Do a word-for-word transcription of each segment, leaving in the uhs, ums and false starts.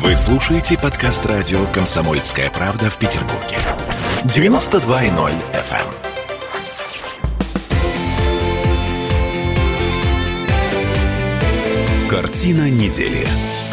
Вы слушаете подкаст радио «Комсомольская правда» в Петербурге. девяносто два и ноль эф эм. Картина недели.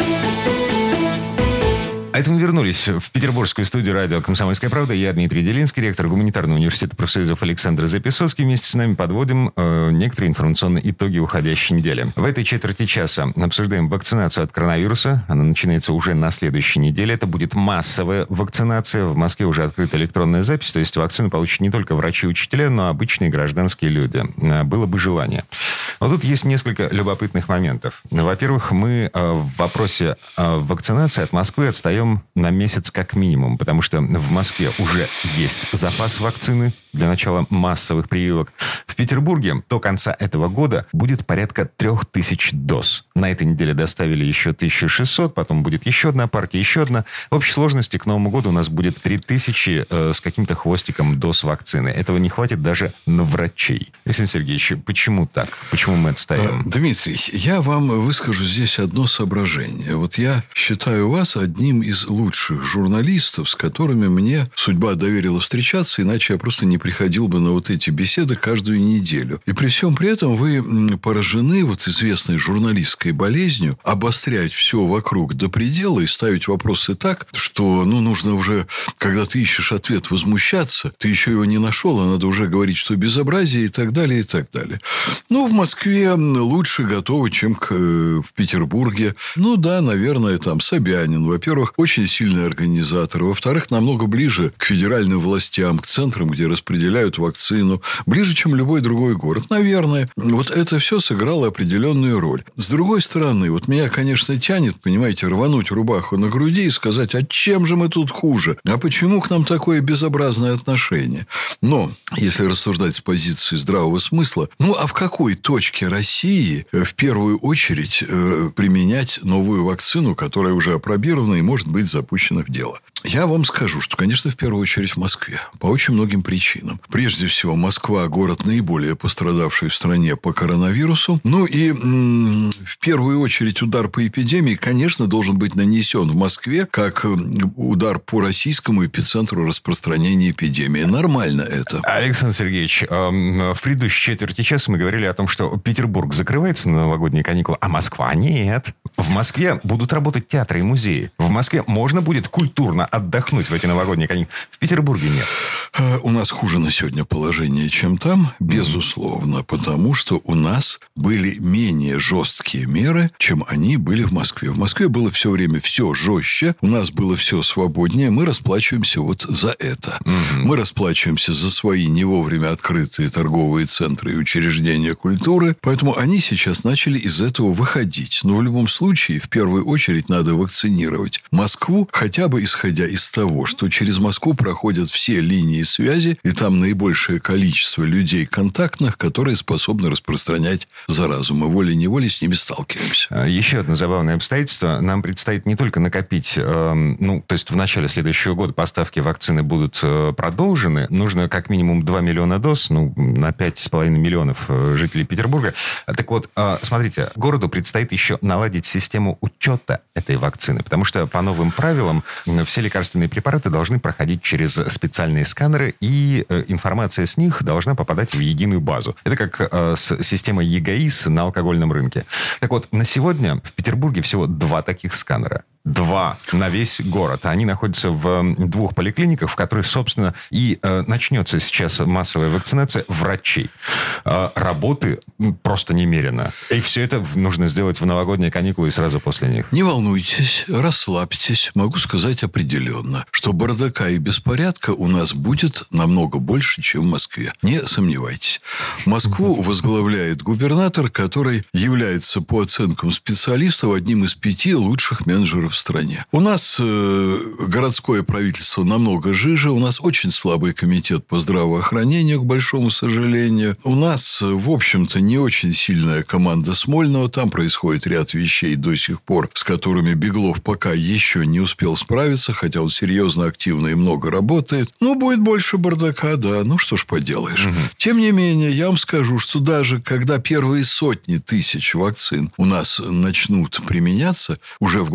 А это мы вернулись в петербургскую студию радио «Комсомольская правда». Я Дмитрий Делинский, ректор гуманитарного университета профсоюзов Александр Записоцкий. Вместе с нами подводим э, некоторые информационные итоги уходящей недели. В этой четверти часа обсуждаем вакцинацию от коронавируса. Она начинается уже на следующей неделе. Это будет массовая вакцинация. В Москве уже открыта электронная запись. То есть вакцину получат не только врачи и учителя, но и обычные гражданские люди. Было бы желание. Вот тут есть несколько любопытных моментов. Во-первых, мы э, в вопросе э, вакцинации от Москвы отстаем на месяц как минимум, потому что в Москве уже есть запас вакцины для начала массовых прививок. В Петербурге до конца этого года будет порядка трех тысяч доз. На этой неделе доставили еще тысячу шестьсот, потом будет еще одна партия, еще одна. В общей сложности к Новому году у нас будет три тысячи э, с каким-то хвостиком доз вакцины. Этого не хватит даже на врачей. Александр Сергеевич, почему так? Почему мы отстаем? Дмитрий, я вам выскажу здесь одно соображение. Вот я считаю вас одним из лучших журналистов, с которыми мне судьба доверила встречаться, иначе я просто не приходил бы на вот эти беседы каждую неделю. И при всем при этом вы поражены вот известной журналистской болезнью обострять все вокруг до предела и ставить вопросы так, что ну, нужно уже, когда ты ищешь ответ, возмущаться, ты еще его не нашел, а надо уже говорить, что безобразие и так далее, и так далее. Ну, в Москве лучше готовы, чем к, в Петербурге. Ну, да, наверное, там Собянин, во-первых, очень сильный организатор. Во-вторых, намного ближе к федеральным властям, к центрам, где распределяют вакцину. Ближе, чем любой другой город. Наверное, вот это все сыграло определенную роль. С другой стороны, вот меня, конечно, тянет, понимаете, рвануть рубаху на груди и сказать, а чем же мы тут хуже? А почему к нам такое безобразное отношение? Но, если рассуждать с позиции здравого смысла, ну, а в какой точке России в первую очередь применять новую вакцину, которая уже опробирована и может быть запущена в дело? Я вам скажу, что, конечно, в первую очередь в Москве. По очень многим причинам. Прежде всего, Москва – город наиболее пострадавший в стране по коронавирусу. Ну и м- в первую очередь удар по эпидемии, конечно, должен быть нанесен в Москве как удар по российскому эпицентру распространения эпидемии. Нормально это. Александр Сергеевич, в предыдущей четверти часа мы говорили о том, что Петербург закрывается на новогодние каникулы, а Москва нет. В Москве будут работать театры и музеи. В Москве можно будет культурно отдохнуть в эти новогодние каникулы. В Петербурге нет. У нас хуже на сегодня положение, чем там, безусловно, mm-hmm. потому что у нас были менее жесткие меры, чем они были в Москве. В Москве было все время все жестче, у нас было все свободнее, мы расплачиваемся вот за это. Mm-hmm. Мы расплачиваемся за свои не вовремя открытые торговые центры и учреждения культуры, поэтому они сейчас начали из этого выходить. Но в любом случае, в первую очередь, надо вакцинировать Москву, хотя бы исходя из того, что через Москву проходят все линии связи, и там наибольшее количество людей контактных, которые способны распространять заразу. Мы волей-неволей с ними сталкиваемся. Еще одно забавное обстоятельство. Нам предстоит не только накопить, э, ну, то есть в начале следующего года поставки вакцины будут э, продолжены. Нужно как минимум два миллиона доз, ну, на пять с половиной миллионов жителей Петербурга. Так вот, э, смотрите, городу предстоит еще наладить систему учета этой вакцины, потому что по новым правилам все лекарственные препараты должны проходить через специальные сканеры, и э, информация с них должна попадать в единую базу. Это как э, с системой ЕГАИС на алкогольном рынке. Так вот, на сегодня в Петербурге всего два таких сканера. Два на весь город. Они находятся в двух поликлиниках, в которых, собственно, и э, начнется сейчас массовая вакцинация врачей. Э, работы просто немерено. И все это нужно сделать в новогодние каникулы и сразу после них. Не волнуйтесь, расслабьтесь. Могу сказать определенно, что бардака и беспорядка у нас будет намного больше, чем в Москве. Не сомневайтесь. Москву возглавляет губернатор, который является, по оценкам специалистов, одним из пяти лучших менеджеров в стране. У нас э, городское правительство намного жиже. У нас очень слабый комитет по здравоохранению, к большому сожалению. У нас, в общем-то, не очень сильная команда Смольного. Там происходит ряд вещей до сих пор, с которыми Беглов пока еще не успел справиться, хотя он серьезно, активно и много работает. Ну, будет больше бардака, да. Ну, что ж поделаешь. Угу. Тем не менее, я вам скажу, что даже когда первые сотни тысяч вакцин у нас начнут применяться, уже в городе станет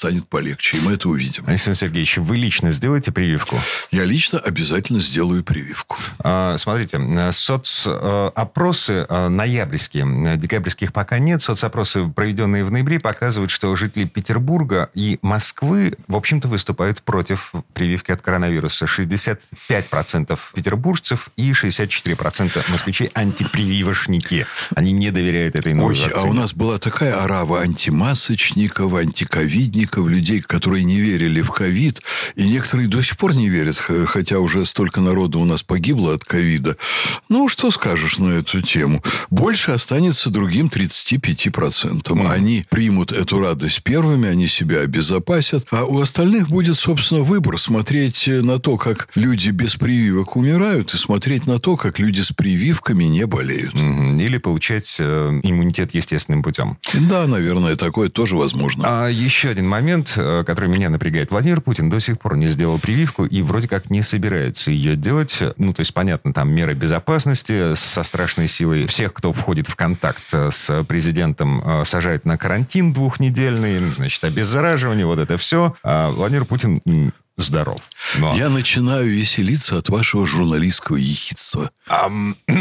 станет полегче. И мы это увидим. Александр Сергеевич, вы лично сделаете прививку? Я лично обязательно сделаю прививку. А, смотрите, соцопросы ноябрьские, декабрьских пока нет. Соцопросы, проведенные в ноябре, показывают, что жители Петербурга и Москвы, в общем-то, выступают против прививки от коронавируса. шестьдесят пять процентов петербуржцев и шестьдесят четыре процента москвичей антипрививочники. Они не доверяют этой новой Ой, вакцине. А у нас была такая орава антимасочников, антиковидников, людей, которые не верили в ковид. И некоторые до сих пор не верят, хотя уже столько народу у нас погибло от ковида. Ну, что скажешь на эту тему? Больше останется другим тридцать пять процентов. Mm. Они примут эту радость первыми, они себя обезопасят. А у остальных будет, собственно, выбор. Смотреть на то, как люди без прививок умирают, и смотреть на то, как люди с прививками не болеют. Mm-hmm. Или получать э, иммунитет естественным путем. Да, наверное, такое тоже возможно. А еще один момент, который меня напрягает. Владимир Путин до сих пор не сделал прививку и вроде как не собирается ее делать. Ну, то есть, понятно, там меры безопасности со страшной силой. Всех, кто входит в контакт с президентом, сажают на карантин двухнедельный. Значит, обеззараживание, вот это все. А Владимир Путин здоров. Но... Я начинаю веселиться от вашего журналистского ехидства. А,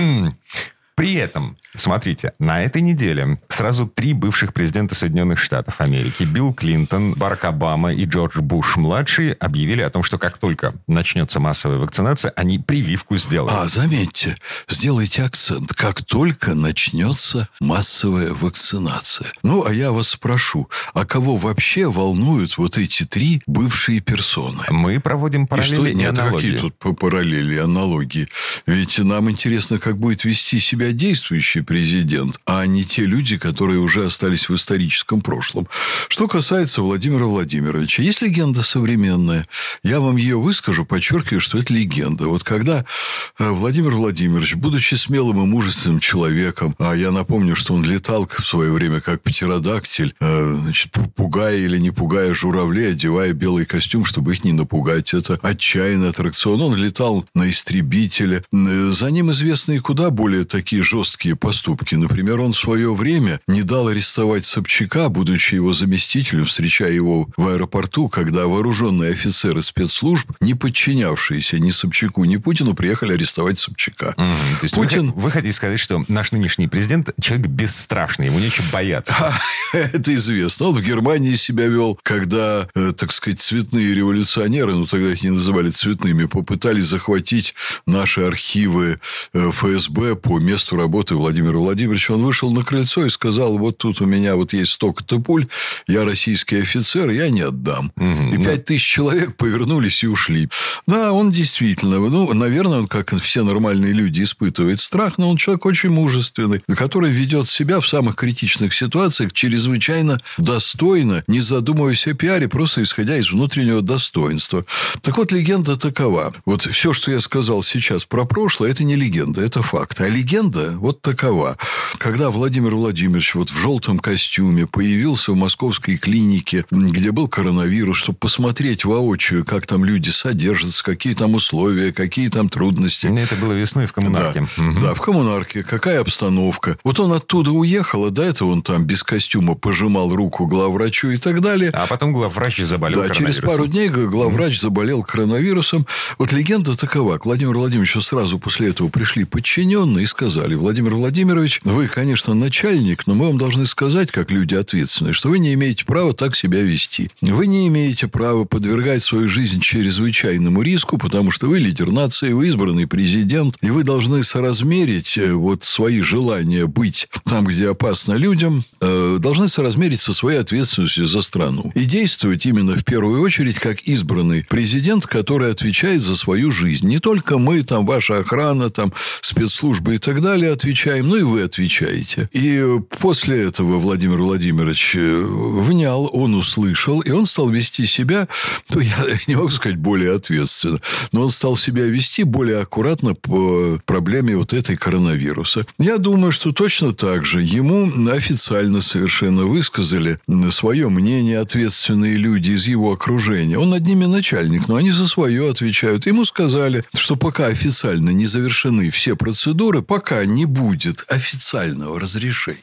при этом, смотрите, на этой неделе сразу три бывших президента Соединенных Штатов Америки, Билл Клинтон, Барак Обама и Джордж Буш-младший, объявили о том, что как только начнется массовая вакцинация, они прививку сделают. А, заметьте, сделайте акцент. Как только начнется массовая вакцинация. Ну, а я вас спрошу, а кого вообще волнуют вот эти три бывшие персоны? Мы проводим параллели и, и Нет, аналогии. какие тут параллели и аналогии? Ведь нам интересно, как будет вести себя действующий президент, а не те люди, которые уже остались в историческом прошлом. Что касается Владимира Владимировича, есть легенда современная. Я вам ее выскажу, подчеркиваю, что это легенда. Вот когда Владимир Владимирович, будучи смелым и мужественным человеком, а я напомню, что он летал в свое время как птеродактиль, значит, пугая или не пугая журавлей, одевая белый костюм, чтобы их не напугать. Это отчаянный аттракцион. Он летал на истребителе. За ним известны куда более такие жесткие поступки. Например, он в свое время не дал арестовать Собчака, будучи его заместителем, встречая его в аэропорту, когда вооруженные офицеры спецслужб, не подчинявшиеся ни Собчаку, ни Путину, приехали арестовать Собчака. Mm-hmm. То есть Путин... вы, вы хотите сказать, что наш нынешний президент человек бесстрашный, ему нечего бояться? Это известно. Он в Германии себя вел, когда, так сказать, цветные революционеры, ну тогда их не называли цветными, попытались захватить наши архивы эф эс бэ по месту работы Владимира Владимировича. Он вышел на крыльцо и сказал: вот тут у меня вот есть столько-то пуль, я российский офицер, я не отдам. Угу, и пять тысяч человек повернулись и ушли. Да, он действительно, ну, наверное, он, как все нормальные люди, испытывает страх, но он человек очень мужественный, который ведет себя в самых критичных ситуациях чрезвычайно достойно, не задумываясь о пиаре, просто исходя из внутреннего достоинства. Так вот, легенда такова. Вот все, что я сказал сейчас про прошлое, это не легенда, это факт. А легенда вот такова. Когда Владимир Владимирович вот в желтом костюме появился в московской клинике, где был коронавирус, чтобы посмотреть воочию, как там люди содержатся, какие там условия, какие там трудности. Это было весной в коммунарке. Да, угу. да, в коммунарке. Какая обстановка. Вот он оттуда уехал, а до этого он там без костюма пожимал руку главврачу и так далее. А потом главврач заболел да, коронавирусом. Через пару дней главврач угу. заболел коронавирусом. Вот легенда такова. К Владимиру Владимировичу сразу после этого пришли подчиненные и сказали: Владимир Владимирович, вы, конечно, начальник, но мы вам должны сказать, как люди ответственные, что вы не имеете права так себя вести. Вы не имеете права подвергать свою жизнь чрезвычайному риску, потому что вы лидер нации, вы избранный президент, и вы должны соразмерить вот свои желания быть там, где опасно людям, э, должны соразмерить со своей ответственностью за страну. И действовать именно в первую очередь как избранный президент, который отвечает за свою жизнь. Не только мы, там, ваша охрана, там, спецслужбы и так далее отвечаем, но и вы отвечаете. И после этого Владимир Владимирович внял, он услышал, и он стал вести себя, ну, я не могу сказать более ответственно, но он стал себя вести более аккуратно по проблеме вот этой коронавируса. Я думаю, что точно так же ему официально совершенно высказали свое мнение ответственные люди из его окружения. Он над ними начальник, но они за свое отвечают. Ему сказали, что пока официально не завершены все процедуры, пока не будет официального разрешения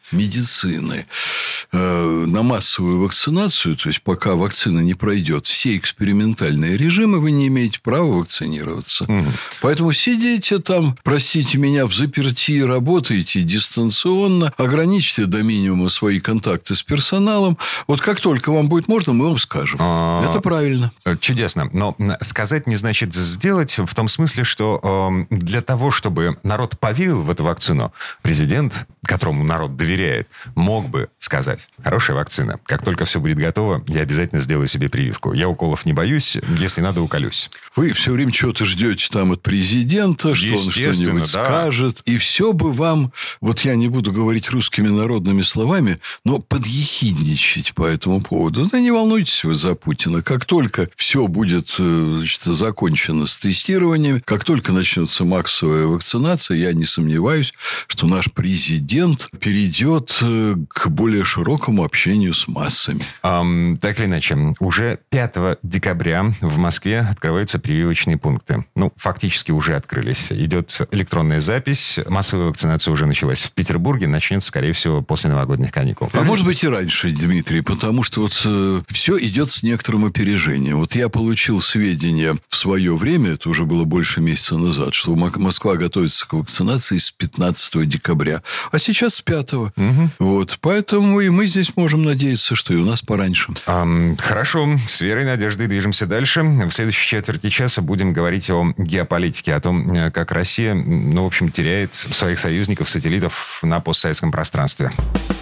медицины э, на массовую вакцинацию, то есть пока вакцина не пройдет все экспериментальные режимы, вы не имеете права вакцинироваться. Угу. Поэтому сидите там, простите меня, в заперти, работаете дистанционно, ограничьте до минимума свои контакты с персоналом. Вот как только вам будет можно, мы вам скажем. А-а-а. Это правильно. Чудесно. Но сказать не значит сделать, в том смысле, что э, для того, чтобы народ поверил в эту вакцину, президент, которому народ доверяет, мог бы сказать: хорошая вакцина. Как только все будет готово, я обязательно сделаю себе прививку. Я уколов не боюсь, если надо, уколюсь. Вы все время что-то ждете там от президента, что он что-нибудь да. скажет. И все бы вам, вот я не буду говорить русскими народными словами, но подъехидничать по этому поводу. Да не волнуйтесь вы за Путина. Как только все будет, значит, закончено с тестированием, как только начнется массовая вакцинация, я не сомневаюсь, что наш президент перейдет к более широкому общению с массами. Um, так или иначе, уже пятого декабря в Москве открываются прививочные пункты. Ну, фактически уже открылись. Идет электронная запись. Массовая вакцинация уже началась в Петербурге. Начнется, скорее всего, после новогодних каникул. А может быть и раньше, Дмитрий, потому что вот э, все идет с некоторым опережением. Вот я получил сведения в свое время, это уже было больше месяца назад, что Москва готовится к вакцинации с пятнадцатого декабря, а сейчас с пятого. Угу. Вот, поэтому и мы здесь можем надеяться, что и у нас пораньше. Um, хорошо. С верой и надеждой движемся дальше. В следующей четверти часа будем говорить о геополитике, о том, как Россия, ну, в общем, теряет своих союзников, сателлитов на постсоветском пространстве.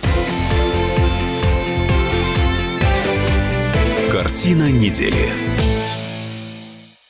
Картина недели.